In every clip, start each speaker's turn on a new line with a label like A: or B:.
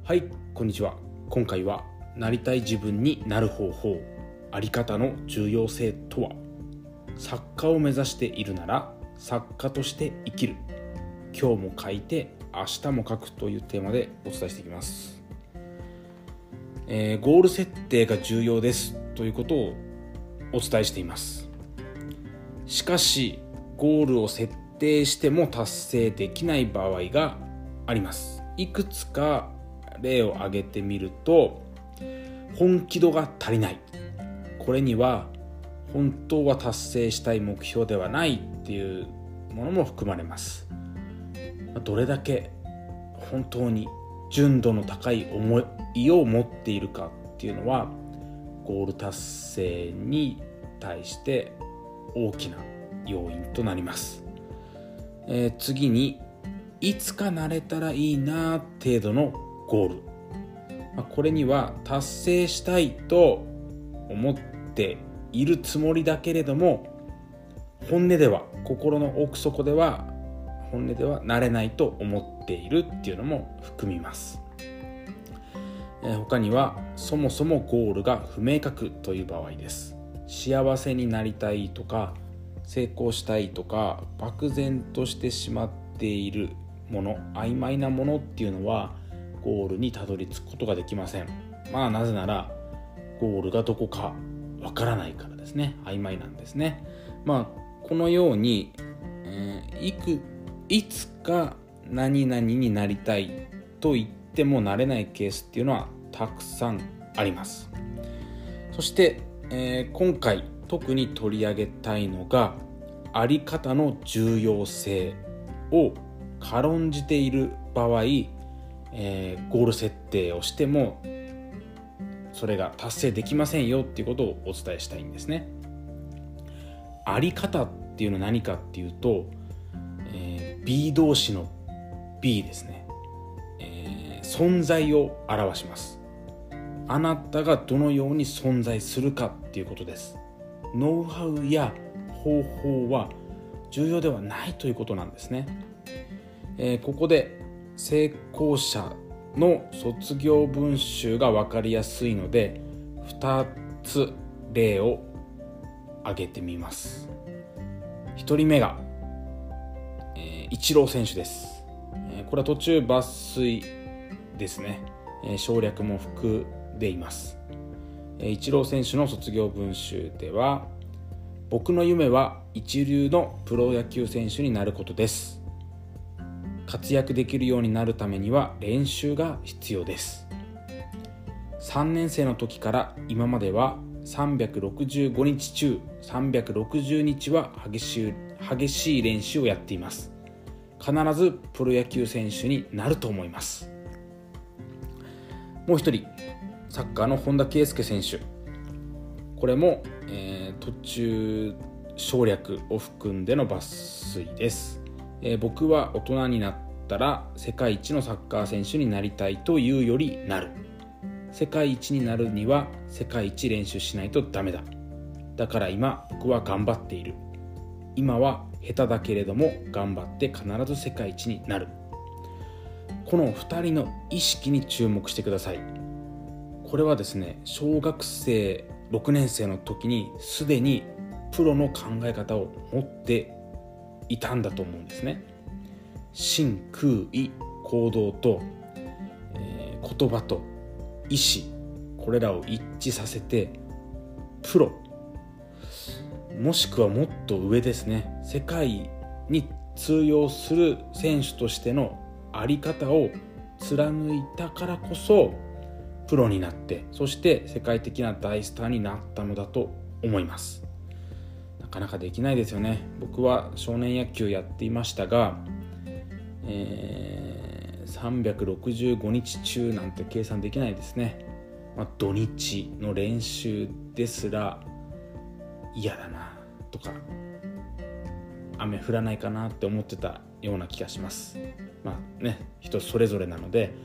A: はい、こんにちは。今回はなりたい自分になる方法、あり方の重要性とは。作家を目指しているなら作家として生きる。今日も書いて明日も書くというテーマでお伝えしていきます。ゴール設定が重要ですということをお伝えしています。しかしゴールを設定しても達成できない場合があります。いくつか例を挙げてみると、本気度が足りない、これには本当は達成したい目標ではないっていうものも含まれます。どれだけ本当に純度の高い思いを持っているかっていうのはゴール達成に対して大きな要因となります。次に、いつかなれたらいいな程度のゴール、これには達成したいと思っているつもりだけれども、本音では、心の奥底では本音ではなれないと思っているっていうのも含みます。他には、そもそもゴールが不明確という場合です。幸せになりたいとか成功したいとか漠然としてしまっているもの、曖昧なものっていうのはゴールにたどり着くことができません。なぜならゴールがどこかわからないからですね。曖昧なんですね。このように、いつか何々になりたいと言ってもなれないケースっていうのはたくさんあります。そして、今回特に取り上げたいのが、あり方の重要性を軽んじている場合、ゴール設定をしてもそれが達成できませんよっていうことをお伝えしたいんですね。あり方っていうのは何かっていうと、B 動詞の B ですね、存在を表します。あなたがどのように存在するかっていうことです。ノウハウや方法は重要ではないということなんですね。ここで成功者の卒業文集が分かりやすいので2つ例を挙げてみます。1人目が、イチロー選手です。これは途中抜粋ですね。省略も含んでいます。イチロー選手の卒業文集では、僕の夢は一流のプロ野球選手になることです。活躍できるようになるためには練習が必要です。3年生の時から今までは365日中360日は激しい練習をやっています。必ずプロ野球選手になると思います。もう一人、サッカーの本田圭佑選手。これも、途中省略を含んでの抜粋です。僕は大人になったら世界一のサッカー選手になりたいというよりなる。世界一になるには世界一練習しないとダメだ。だから今僕は頑張っている。今は下手だけれども頑張って必ず世界一になる。この2人の意識に注目してください。これはですね、小学生6年生の時にすでにプロの考え方を持っていたんだと思うんですね。心空意、行動と、言葉と意志、これらを一致させてプロ、もしくはもっと上ですね、世界に通用する選手としてのあり方を貫いたからこそプロになって、そして世界的な大スターになったのだと思います。なかなかできないですよね。僕は少年野球やっていましたが、365日中なんて計算できないですね。土日の練習ですら嫌だなとか、雨降らないかなって思ってたような気がします。人それぞれなので、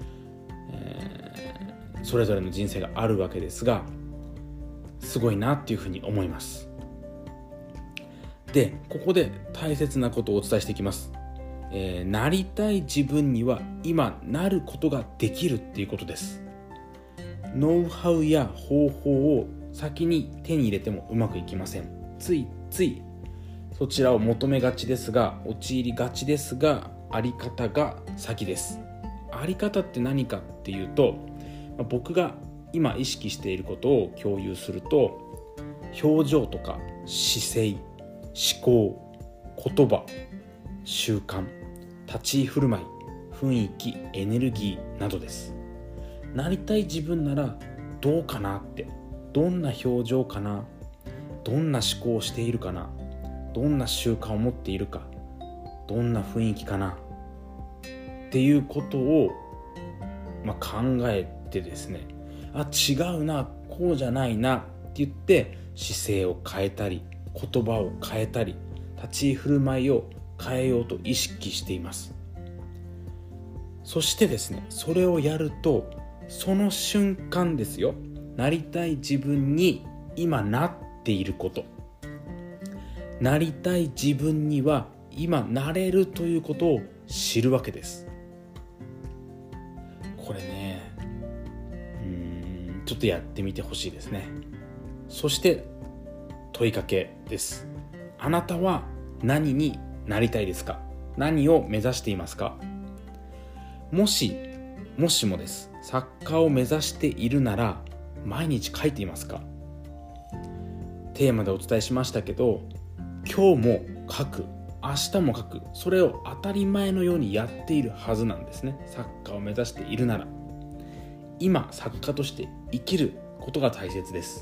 A: それぞれの人生があるわけですが、すごいなっていうふうに思います。で、ここで大切なことをお伝えしていきます。 なりたい自分には今なることができるっていうことです。ノウハウや方法を先に手に入れてもうまくいきません。ついついそちらを求めがちですが、陥りがちですが、あり方が先です。あり方って何かっていうと、僕が今意識していることを共有すると、表情とか姿勢、思考、言葉、習慣、立ち居振る舞い、雰囲気、エネルギーなどです。なりたい自分ならどうかなって、どんな表情かな、どんな思考をしているかな、どんな習慣を持っているか、どんな雰囲気かなっていうことを、考えてですね、違うな、こうじゃないなって言って姿勢を変えたり、言葉を変えたり、立ち居振る舞いを変えようと意識しています。そしてですね、それをやるとその瞬間ですよ、なりたい自分に今なっていること、なりたい自分には今なれるということを知るわけです。これね、ちょっとやってみてほしいですね。そして問いかけです。あなたは何になりたいですか？何を目指していますか？もしもです、作家を目指しているなら毎日書いていますか？テーマでお伝えしましたけど、今日も書く、明日も書く、それを当たり前のようにやっているはずなんですね。作家を目指しているなら今作家として生きることが大切です。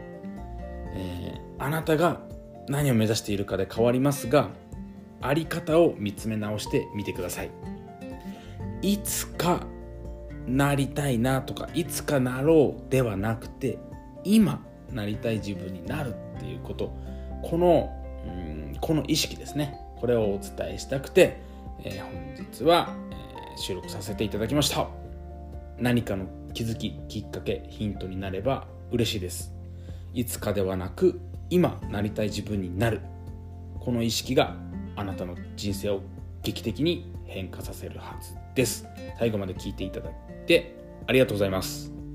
A: あなたが何を目指しているかで変わりますが、あり方を見つめ直してみてください。いつかなりたいなとか、いつかなろうではなくて、今なりたい自分になるっていうこと、この意識ですね、これをお伝えしたくて、本日は、収録させていただきました。何かの気づき、きっかけ、ヒントになれば嬉しいです。いつかではなく今なりたい自分になる、この意識があなたの人生を劇的に変化させるはずです。最後まで聞いていただいてありがとうございます。